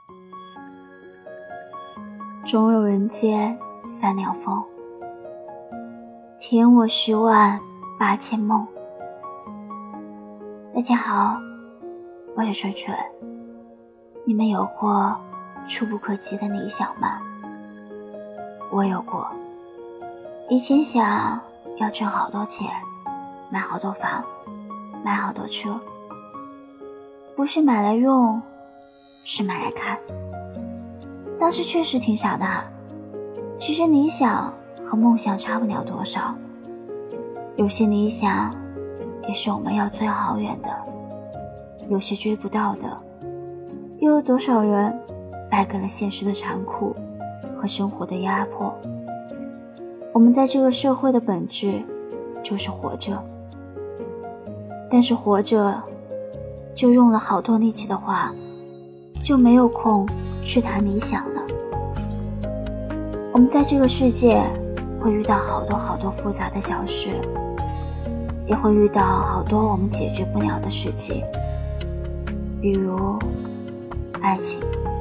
总有人间三两风，填我108000梦。大家好，我是纯纯。你们有过触不可及的理想吗？我有过。以前想要挣好多钱，买好多房，买好多车，不是买来用，是买来看。当时确实挺傻的啊。其实理想和梦想差不了多少，有些理想也是我们要追好远的，有些追不到的，又有多少人败给了现实的残酷和生活的压迫。我们在这个社会的本质就是活着，但是活着就用了好多力气的话，就没有空去谈理想了。我们在这个世界会遇到好多复杂的小事，也会遇到好多我们解决不了的事情，比如爱情。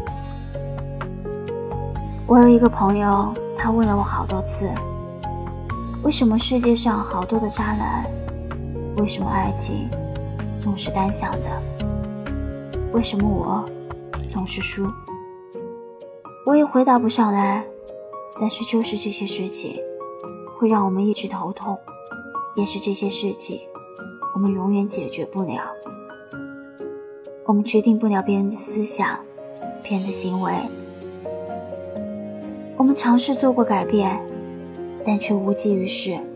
我有一个朋友，他问了我好多次，为什么世界上好多的渣男，为什么爱情总是单向的，为什么我总是输？我也回答不上来，但是就是这些事情会让我们一直头痛，也是这些事情我们永远解决不了。我们决定不了别人的思想，别人的行为，我们尝试做过改变，但却无济于事。